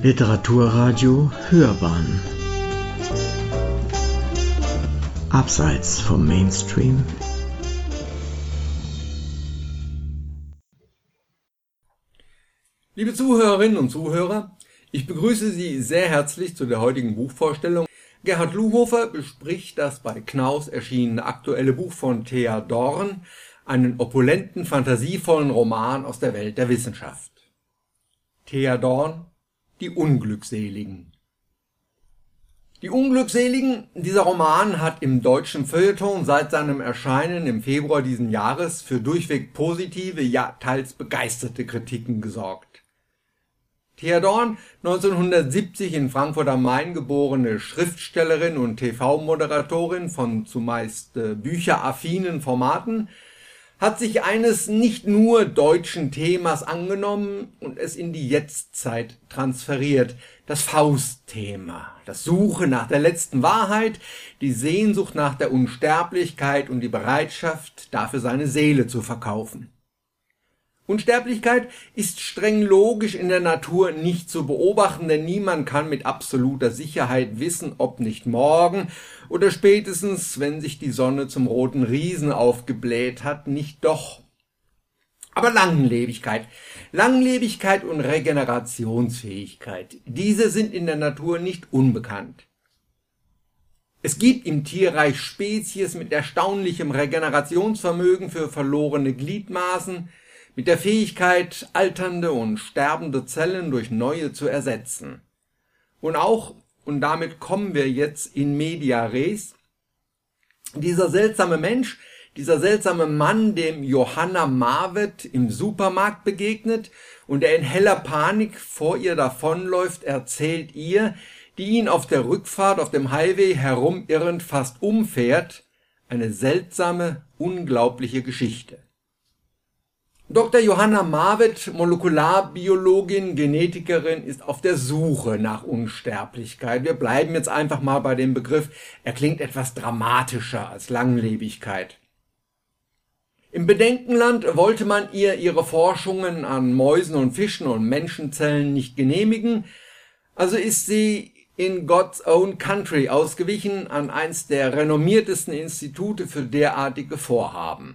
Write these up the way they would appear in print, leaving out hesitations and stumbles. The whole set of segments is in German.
Literaturradio Hörbahn Abseits vom Mainstream. Liebe Zuhörerinnen und Zuhörer, ich begrüße Sie sehr herzlich zu der heutigen Buchvorstellung. Gerhard Luhofer bespricht das bei Knaus erschienene aktuelle Buch von Thea Dorn, einen opulenten, fantasievollen Roman aus der Welt der Wissenschaft. Thea Dorn, Die Unglückseligen. Die Unglückseligen, dieser Roman hat im deutschen Feuilleton seit seinem Erscheinen im Februar diesen Jahres für durchweg positive, ja teils begeisterte Kritiken gesorgt. Thea Dorn, 1970 in Frankfurt am Main geborene Schriftstellerin und TV-Moderatorin von zumeist bücheraffinen Formaten, hat sich eines nicht nur deutschen Themas angenommen und es in die Jetztzeit transferiert. Das Faust-Thema, das Suchen nach der letzten Wahrheit, die Sehnsucht nach der Unsterblichkeit und die Bereitschaft, dafür seine Seele zu verkaufen. Unsterblichkeit ist streng logisch in der Natur nicht zu beobachten, denn niemand kann mit absoluter Sicherheit wissen, ob nicht morgen oder spätestens, wenn sich die Sonne zum roten Riesen aufgebläht hat, nicht doch. Aber Langlebigkeit und Regenerationsfähigkeit, diese sind in der Natur nicht unbekannt. Es gibt im Tierreich Spezies mit erstaunlichem Regenerationsvermögen für verlorene Gliedmaßen, mit der Fähigkeit, alternde und sterbende Zellen durch neue zu ersetzen. Und damit kommen wir jetzt in media res, dieser seltsame Mensch, dieser seltsame Mann, dem Johanna Marvet im Supermarkt begegnet und der in heller Panik vor ihr davonläuft, erzählt ihr, die ihn auf der Rückfahrt auf dem Highway herumirrend fast umfährt, eine seltsame, unglaubliche Geschichte. Dr. Johanna Marvet, Molekularbiologin, Genetikerin, ist auf der Suche nach Unsterblichkeit. Wir bleiben jetzt einfach mal bei dem Begriff, er klingt etwas dramatischer als Langlebigkeit. Im Bedenkenland wollte man ihr ihre Forschungen an Mäusen und Fischen und Menschenzellen nicht genehmigen, also ist sie in God's Own Country ausgewichen an eins der renommiertesten Institute für derartige Vorhaben.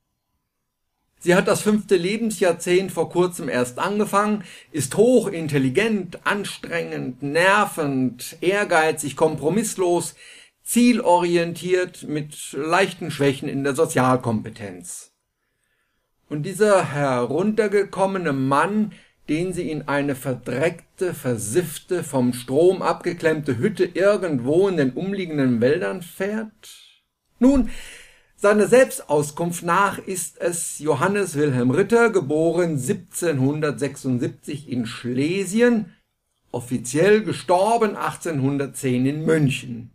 Sie hat das 5. Lebensjahrzehnt vor kurzem erst angefangen, ist hochintelligent, anstrengend, nervend, ehrgeizig, kompromisslos, zielorientiert, mit leichten Schwächen in der Sozialkompetenz. Und dieser heruntergekommene Mann, den sie in eine verdreckte, versiffte, vom Strom abgeklemmte Hütte irgendwo in den umliegenden Wäldern fährt? Nun, seiner Selbstauskunft nach ist es Johannes Wilhelm Ritter, geboren 1776 in Schlesien, offiziell gestorben 1810 in München.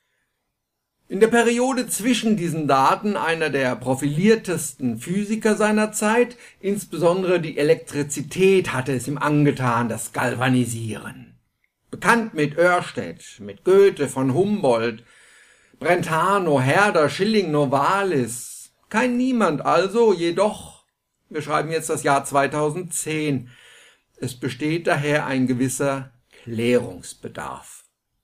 In der Periode zwischen diesen Daten einer der profiliertesten Physiker seiner Zeit, insbesondere die Elektrizität hatte es ihm angetan, das Galvanisieren. Bekannt mit Oersted, mit Goethe, von Humboldt, Brentano, Herder, Schilling, Novalis. Kein Niemand also, jedoch, wir schreiben jetzt das Jahr 2010. Es besteht daher ein gewisser Klärungsbedarf.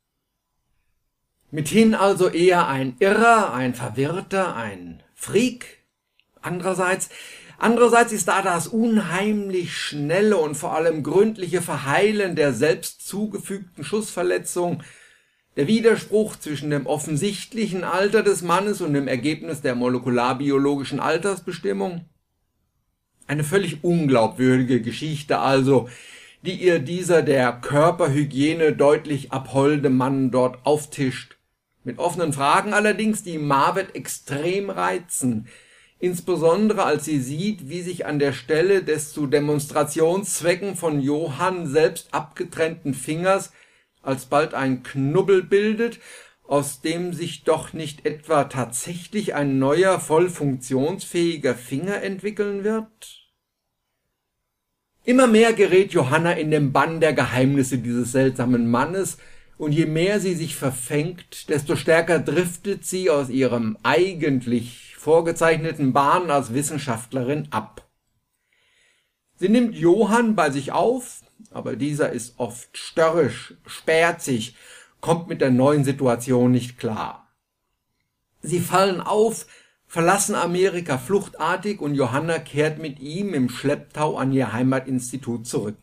Mithin also eher ein Irrer, ein Verwirrter, ein Freak. Andererseits ist da das unheimlich schnelle und vor allem gründliche Verheilen der selbst zugefügten Schussverletzung, der Widerspruch zwischen dem offensichtlichen Alter des Mannes und dem Ergebnis der molekularbiologischen Altersbestimmung. Eine völlig unglaubwürdige Geschichte also, die ihr dieser der Körperhygiene deutlich abholde Mann dort auftischt. Mit offenen Fragen allerdings, die Marvet extrem reizen, insbesondere als sie sieht, wie sich an der Stelle des zu Demonstrationszwecken von Johann selbst abgetrennten Fingers alsbald ein Knubbel bildet, aus dem sich doch nicht etwa tatsächlich ein neuer, voll funktionsfähiger Finger entwickeln wird? Immer mehr gerät Johanna in den Bann der Geheimnisse dieses seltsamen Mannes, und je mehr sie sich verfängt, desto stärker driftet sie aus ihrem eigentlich vorgezeichneten Bahn als Wissenschaftlerin ab. Sie nimmt Johann bei sich auf, aber dieser ist oft störrisch, sperrt sich, kommt mit der neuen Situation nicht klar. Sie fallen auf, verlassen Amerika fluchtartig und Johanna kehrt mit ihm im Schlepptau an ihr Heimatinstitut zurück.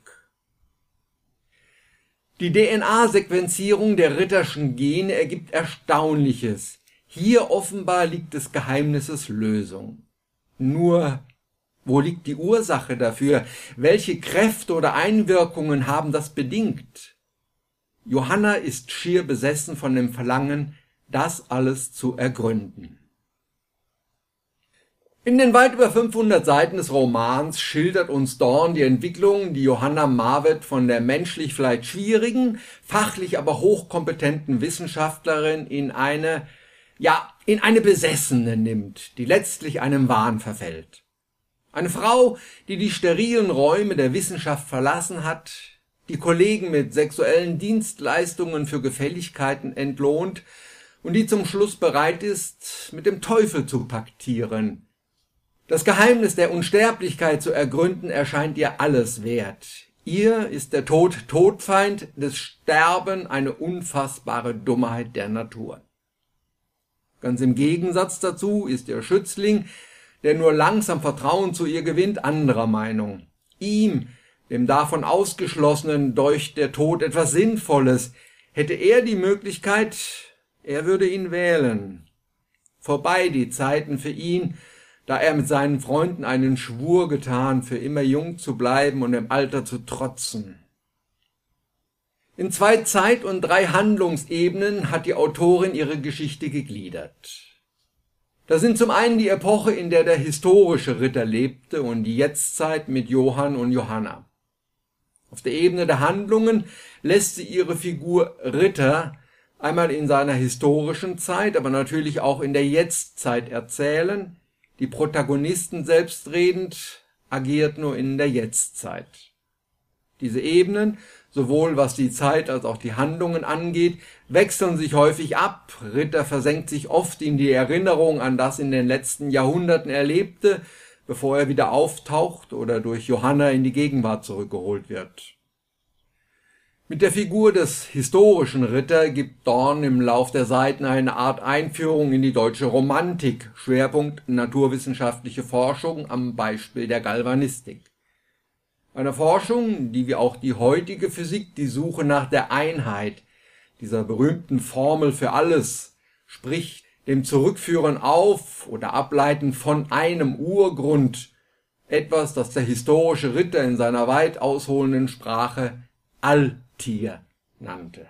Die DNA-Sequenzierung der Ritterschen Gene ergibt Erstaunliches. Hier offenbar liegt des Geheimnisses Lösung. Nur, wo liegt die Ursache dafür? Welche Kräfte oder Einwirkungen haben das bedingt? Johanna ist schier besessen von dem Verlangen, das alles zu ergründen. In den weit über 500 Seiten des Romans schildert uns Dorn die Entwicklung, die Johanna Marwet von der menschlich vielleicht schwierigen, fachlich aber hochkompetenten Wissenschaftlerin in eine Besessene nimmt, die letztlich einem Wahn verfällt. Eine Frau, die die sterilen Räume der Wissenschaft verlassen hat, die Kollegen mit sexuellen Dienstleistungen für Gefälligkeiten entlohnt und die zum Schluss bereit ist, mit dem Teufel zu paktieren. Das Geheimnis der Unsterblichkeit zu ergründen erscheint ihr alles wert. Ihr ist der Tod Todfeind, das Sterben eine unfassbare Dummheit der Natur. Ganz im Gegensatz dazu ist ihr Schützling, der nur langsam Vertrauen zu ihr gewinnt, anderer Meinung. Ihm, dem davon Ausgeschlossenen, deucht der Tod etwas Sinnvolles. Hätte er die Möglichkeit, er würde ihn wählen. Vorbei die Zeiten für ihn, da er mit seinen Freunden einen Schwur getan, für immer jung zu bleiben und dem Alter zu trotzen. In 2 Zeit- und 3 Handlungsebenen hat die Autorin ihre Geschichte gegliedert. Das sind zum einen die Epoche, in der historische Ritter lebte, und die Jetztzeit mit Johann und Johanna. Auf der Ebene der Handlungen lässt sie ihre Figur Ritter einmal in seiner historischen Zeit, aber natürlich auch in der Jetztzeit erzählen. Die Protagonisten selbstredend agiert nur in der Jetztzeit. Diese Ebenen, sowohl was die Zeit als auch die Handlungen angeht, wechseln sich häufig ab. Ritter versenkt sich oft in die Erinnerung an das in den letzten Jahrhunderten Erlebte, bevor er wieder auftaucht oder durch Johanna in die Gegenwart zurückgeholt wird. Mit der Figur des historischen Ritter gibt Dorn im Lauf der Seiten eine Art Einführung in die deutsche Romantik, Schwerpunkt naturwissenschaftliche Forschung am Beispiel der Galvanistik. Eine Forschung, die wie auch die heutige Physik die Suche nach der Einheit, dieser berühmten Formel für alles, sprich dem Zurückführen auf oder Ableiten von einem Urgrund, etwas, das der historische Ritter in seiner weit ausholenden Sprache Alltier nannte.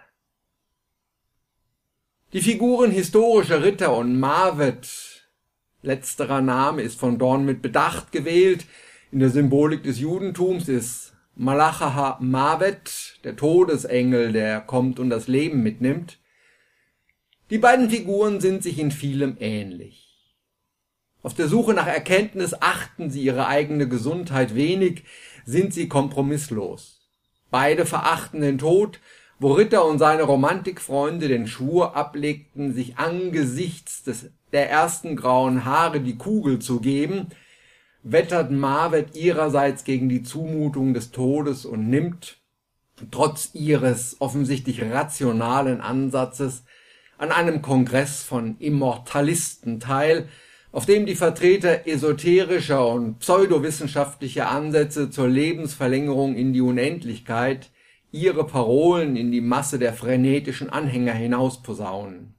Die Figuren historischer Ritter und Marwet, letzterer Name ist von Dorn mit Bedacht gewählt. In der Symbolik des Judentums ist Malachaha Marwet, der Todesengel, der kommt und das Leben mitnimmt. Die beiden Figuren sind sich in vielem ähnlich. Auf der Suche nach Erkenntnis achten sie ihre eigene Gesundheit wenig, sind sie kompromisslos. Beide verachten den Tod, wo Ritter und seine Romantikfreunde den Schwur ablegten, sich angesichts der ersten grauen Haare die Kugel zu geben, wettert Marwet ihrerseits gegen die Zumutung des Todes und nimmt, trotz ihres offensichtlich rationalen Ansatzes, an einem Kongress von Immortalisten teil, auf dem die Vertreter esoterischer und pseudowissenschaftlicher Ansätze zur Lebensverlängerung in die Unendlichkeit ihre Parolen in die Masse der frenetischen Anhänger hinausposaunen.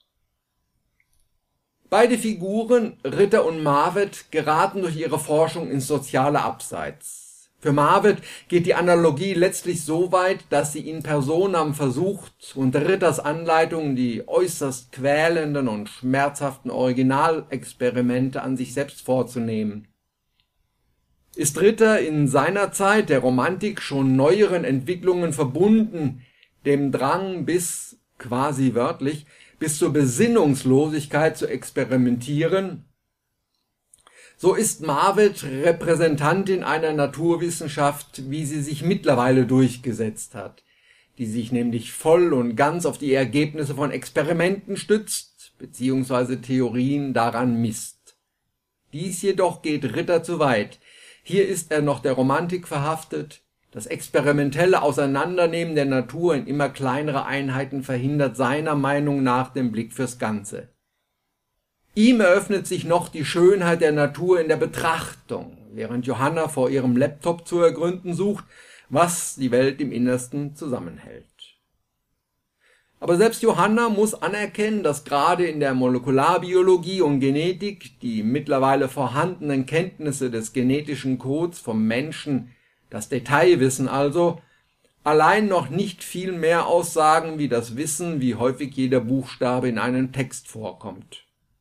Beide Figuren, Ritter und Marwet, geraten durch ihre Forschung ins soziale Abseits. Für Marwet geht die Analogie letztlich so weit, dass sie in personam versucht, unter Ritters Anleitung die äußerst quälenden und schmerzhaften Originalexperimente an sich selbst vorzunehmen. Ist Ritter in seiner Zeit der Romantik schon neueren Entwicklungen verbunden, dem Drang bis, quasi wörtlich, bis zur Besinnungslosigkeit zu experimentieren, so ist Marwet Repräsentantin einer Naturwissenschaft, wie sie sich mittlerweile durchgesetzt hat, die sich nämlich voll und ganz auf die Ergebnisse von Experimenten stützt, beziehungsweise Theorien daran misst. Dies jedoch geht Ritter zu weit. Hier ist er noch der Romantik verhaftet. Das experimentelle Auseinandernehmen der Natur in immer kleinere Einheiten verhindert seiner Meinung nach den Blick fürs Ganze. Ihm eröffnet sich noch die Schönheit der Natur in der Betrachtung, während Johanna vor ihrem Laptop zu ergründen sucht, was die Welt im Innersten zusammenhält. Aber selbst Johanna muss anerkennen, dass gerade in der Molekularbiologie und Genetik die mittlerweile vorhandenen Kenntnisse des genetischen Codes vom Menschen, das Detailwissen also, allein noch nicht viel mehr aussagen wie das Wissen, wie häufig jeder Buchstabe in einem Text vorkommt.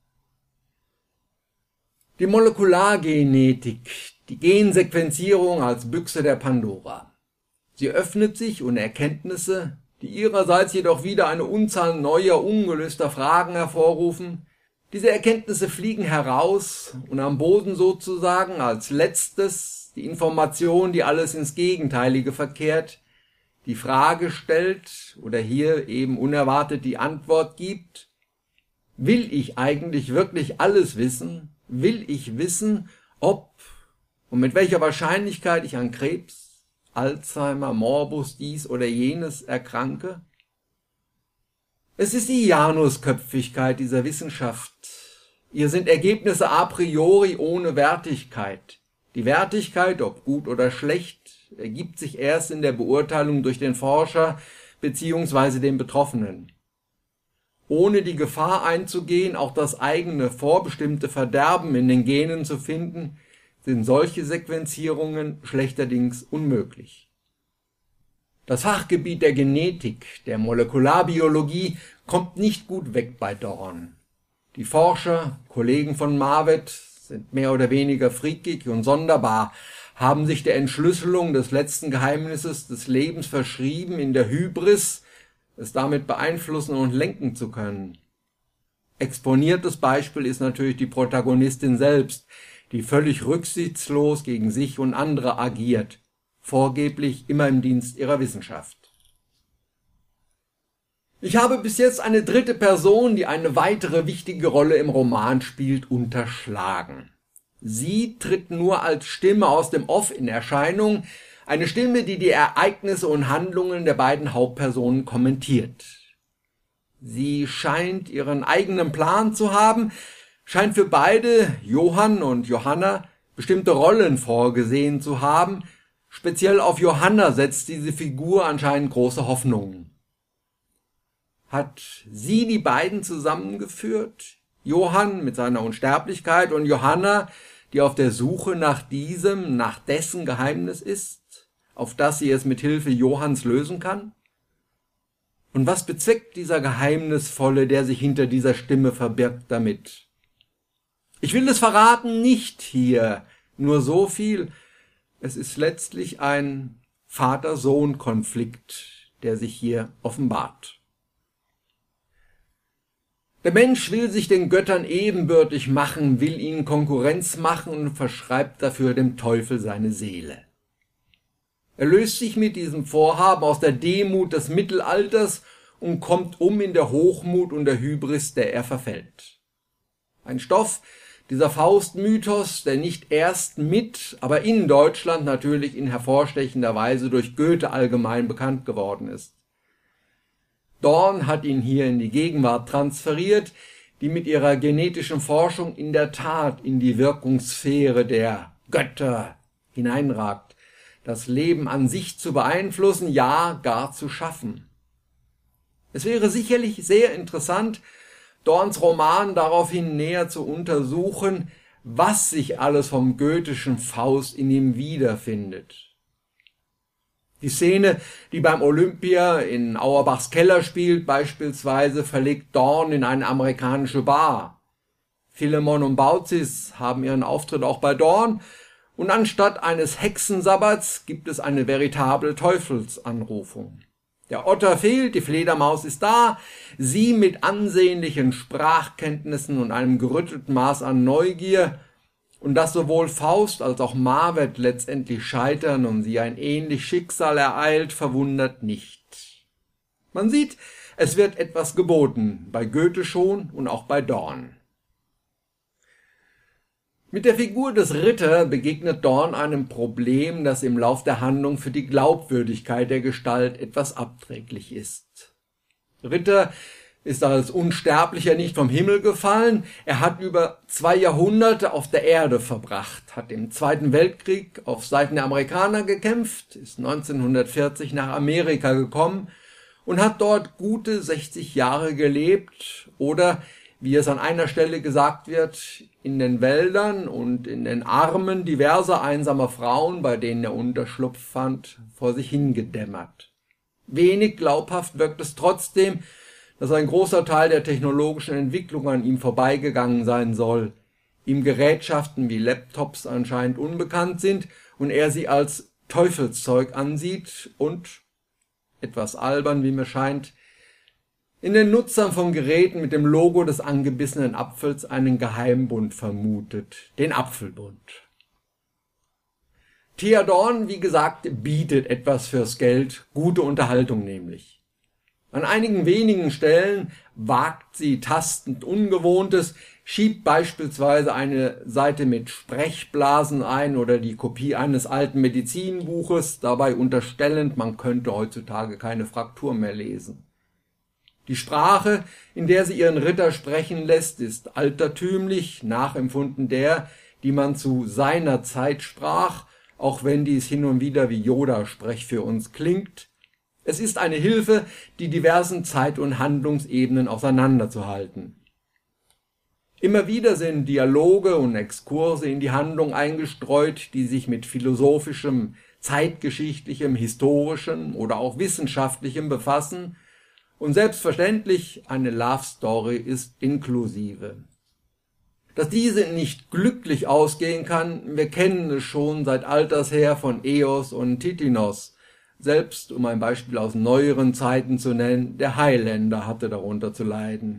Die Molekulargenetik, die Gensequenzierung als Büchse der Pandora. Sie öffnet sich und Erkenntnisse, die ihrerseits jedoch wieder eine Unzahl neuer, ungelöster Fragen hervorrufen. Diese Erkenntnisse fliegen heraus und am Boden sozusagen als letztes die Information, die alles ins Gegenteilige verkehrt, die Frage stellt oder hier eben unerwartet die Antwort gibt: Will ich eigentlich wirklich alles wissen? Will ich wissen, ob und mit welcher Wahrscheinlichkeit ich an Krebs, Alzheimer, Morbus, dies oder jenes erkranke? Es ist die Janusköpfigkeit dieser Wissenschaft. Ihr sind Ergebnisse a priori ohne Wertigkeit. Die Wertigkeit, ob gut oder schlecht, ergibt sich erst in der Beurteilung durch den Forscher bzw. den Betroffenen. Ohne die Gefahr einzugehen, auch das eigene vorbestimmte Verderben in den Genen zu finden, sind solche Sequenzierungen schlechterdings unmöglich. Das Fachgebiet der Genetik, der Molekularbiologie, kommt nicht gut weg bei Dorn. Die Forscher, Kollegen von Marvet, sind mehr oder weniger freakig und sonderbar, haben sich der Entschlüsselung des letzten Geheimnisses des Lebens verschrieben, in der Hybris, es damit beeinflussen und lenken zu können. Exponiertes Beispiel ist natürlich die Protagonistin selbst, die völlig rücksichtslos gegen sich und andere agiert, vorgeblich immer im Dienst ihrer Wissenschaft. Ich habe bis jetzt eine dritte Person, die eine weitere wichtige Rolle im Roman spielt, unterschlagen. Sie tritt nur als Stimme aus dem Off in Erscheinung, eine Stimme, die die Ereignisse und Handlungen der beiden Hauptpersonen kommentiert. Sie scheint ihren eigenen Plan zu haben, scheint für beide, Johann und Johanna, bestimmte Rollen vorgesehen zu haben. Speziell auf Johanna setzt diese Figur anscheinend große Hoffnungen. Hat sie die beiden zusammengeführt? Johann mit seiner Unsterblichkeit und Johanna, die auf der Suche nach diesem, nach dessen Geheimnis ist, auf das sie es mit Hilfe Johanns lösen kann? Und was bezweckt dieser Geheimnisvolle, der sich hinter dieser Stimme verbirgt, damit? Ich will es verraten nicht hier, nur so viel: Es ist letztlich ein Vater-Sohn-Konflikt, der sich hier offenbart. Der Mensch will sich den Göttern ebenbürtig machen, will ihnen Konkurrenz machen und verschreibt dafür dem Teufel seine Seele. Er löst sich mit diesem Vorhaben aus der Demut des Mittelalters und kommt in der Hochmut und der Hybris, der er verfällt. Ein Stoff, dieser Faustmythos, der nicht erst mit, aber in Deutschland natürlich in hervorstechender Weise durch Goethe allgemein bekannt geworden ist. Dorn hat ihn hier in die Gegenwart transferiert, die mit ihrer genetischen Forschung in der Tat in die Wirkungssphäre der Götter hineinragt, das Leben an sich zu beeinflussen, ja gar zu schaffen. Es wäre sicherlich sehr interessant, Dorns Roman daraufhin näher zu untersuchen, was sich alles vom goethischen Faust in ihm wiederfindet. Die Szene, die beim Olympia in Auerbachs Keller spielt, beispielsweise, verlegt Dorn in eine amerikanische Bar. Philemon und Baucis haben ihren Auftritt auch bei Dorn, und anstatt eines Hexensabbats gibt es eine veritable Teufelsanrufung. Der Otter fehlt, die Fledermaus ist da, sie mit ansehnlichen Sprachkenntnissen und einem gerüttelten Maß an Neugier, und dass sowohl Faust als auch Marvet letztendlich scheitern und sie ein ähnlich Schicksal ereilt, verwundert nicht. Man sieht, es wird etwas geboten, bei Goethe schon und auch bei Dorn. Mit der Figur des Ritter begegnet Dorn einem Problem, das im Lauf der Handlung für die Glaubwürdigkeit der Gestalt etwas abträglich ist. Ritter ist als Unsterblicher nicht vom Himmel gefallen, er hat über 2 Jahrhunderte auf der Erde verbracht, hat im Zweiten Weltkrieg auf Seiten der Amerikaner gekämpft, ist 1940 nach Amerika gekommen und hat dort gute 60 Jahre gelebt oder, wie es an einer Stelle gesagt wird, in den Wäldern und in den Armen diverser einsamer Frauen, bei denen er Unterschlupf fand, vor sich hingedämmert. Wenig glaubhaft wirkt es trotzdem, dass ein großer Teil der technologischen Entwicklung an ihm vorbeigegangen sein soll, ihm Gerätschaften wie Laptops anscheinend unbekannt sind und er sie als Teufelszeug ansieht und, etwas albern wie mir scheint, in den Nutzern von Geräten mit dem Logo des angebissenen Apfels einen Geheimbund vermutet, den Apfelbund. Thea Dorn, wie gesagt, bietet etwas fürs Geld, gute Unterhaltung nämlich. An einigen wenigen Stellen wagt sie tastend Ungewohntes, schiebt beispielsweise eine Seite mit Sprechblasen ein oder die Kopie eines alten Medizinbuches, dabei unterstellend, man könnte heutzutage keine Fraktur mehr lesen. Die Sprache, in der sie ihren Ritter sprechen lässt, ist altertümlich, nachempfunden der, die man zu seiner Zeit sprach, auch wenn dies hin und wieder wie Yoda-Sprech für uns klingt. Es ist eine Hilfe, die diversen Zeit- und Handlungsebenen auseinanderzuhalten. Immer wieder sind Dialoge und Exkurse in die Handlung eingestreut, die sich mit philosophischem, zeitgeschichtlichem, historischem oder auch wissenschaftlichem befassen, und selbstverständlich eine Love Story ist inklusive. Dass diese nicht glücklich ausgehen kann, wir kennen es schon seit alters her von Eos und Titinos. Selbst, um ein Beispiel aus neueren Zeiten zu nennen, der Highlander hatte darunter zu leiden.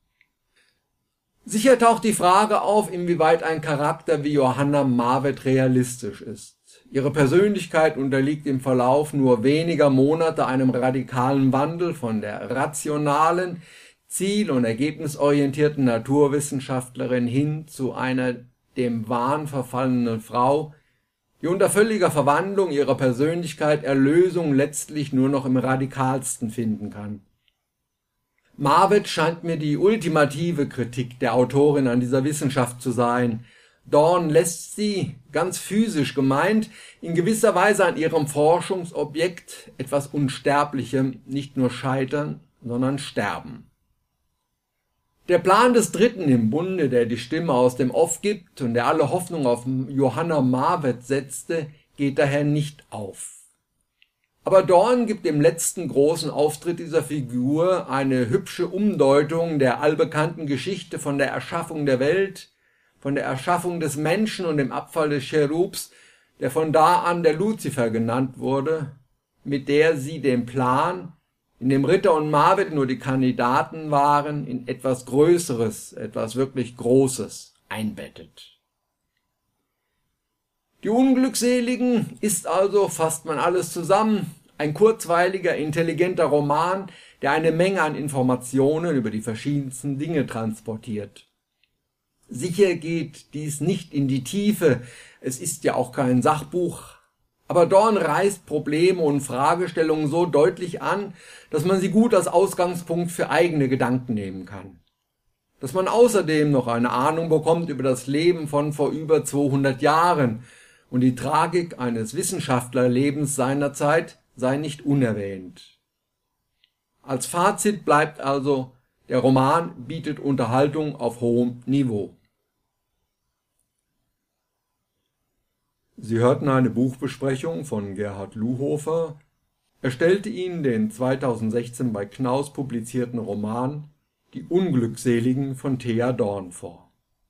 Sicher taucht die Frage auf, inwieweit ein Charakter wie Johanna Marwet realistisch ist. Ihre Persönlichkeit unterliegt im Verlauf nur weniger Monate einem radikalen Wandel von der rationalen, ziel- und ergebnisorientierten Naturwissenschaftlerin hin zu einer dem Wahn verfallenen Frau, die unter völliger Verwandlung ihrer Persönlichkeit Erlösung letztlich nur noch im Radikalsten finden kann. Marwet scheint mir die ultimative Kritik der Autorin an dieser Wissenschaft zu sein. Dorn lässt sie, ganz physisch gemeint, in gewisser Weise an ihrem Forschungsobjekt, etwas Unsterblichem, nicht nur scheitern, sondern sterben. Der Plan des Dritten im Bunde, der die Stimme aus dem Off gibt und der alle Hoffnung auf Johanna Marwet setzte, geht daher nicht auf. Aber Dorn gibt dem letzten großen Auftritt dieser Figur eine hübsche Umdeutung der allbekannten Geschichte von der Erschaffung der Welt, von der Erschaffung des Menschen und dem Abfall des Cherubs, der von da an der Luzifer genannt wurde, mit der sie den Plan, in dem Ritter und Marwet nur die Kandidaten waren, in etwas Größeres, etwas wirklich Großes einbettet. Die Unglückseligen ist also, fasst man alles zusammen, ein kurzweiliger, intelligenter Roman, der eine Menge an Informationen über die verschiedensten Dinge transportiert. Sicher geht dies nicht in die Tiefe, es ist ja auch kein Sachbuch, aber Dorn reißt Probleme und Fragestellungen so deutlich an, dass man sie gut als Ausgangspunkt für eigene Gedanken nehmen kann. Dass man außerdem noch eine Ahnung bekommt über das Leben von vor über 200 Jahren und die Tragik eines Wissenschaftlerlebens seiner Zeit sei nicht unerwähnt. Als Fazit bleibt also, der Roman bietet Unterhaltung auf hohem Niveau. Sie hörten eine Buchbesprechung von Gerhard Luhofer. Er stellte Ihnen den 2016 bei Knaus publizierten Roman Die Unglückseligen von Thea Dorn vor.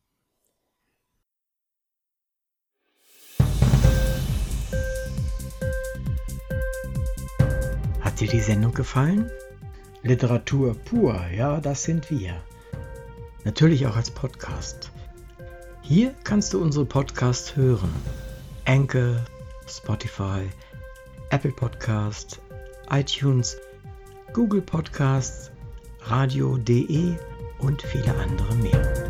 Hat dir die Sendung gefallen? Literatur pur, ja, das sind wir. Natürlich auch als Podcast. Hier kannst du unsere Podcasts hören. Anchor, Spotify, Apple Podcasts, iTunes, Google Podcasts, Radio.de und viele andere mehr.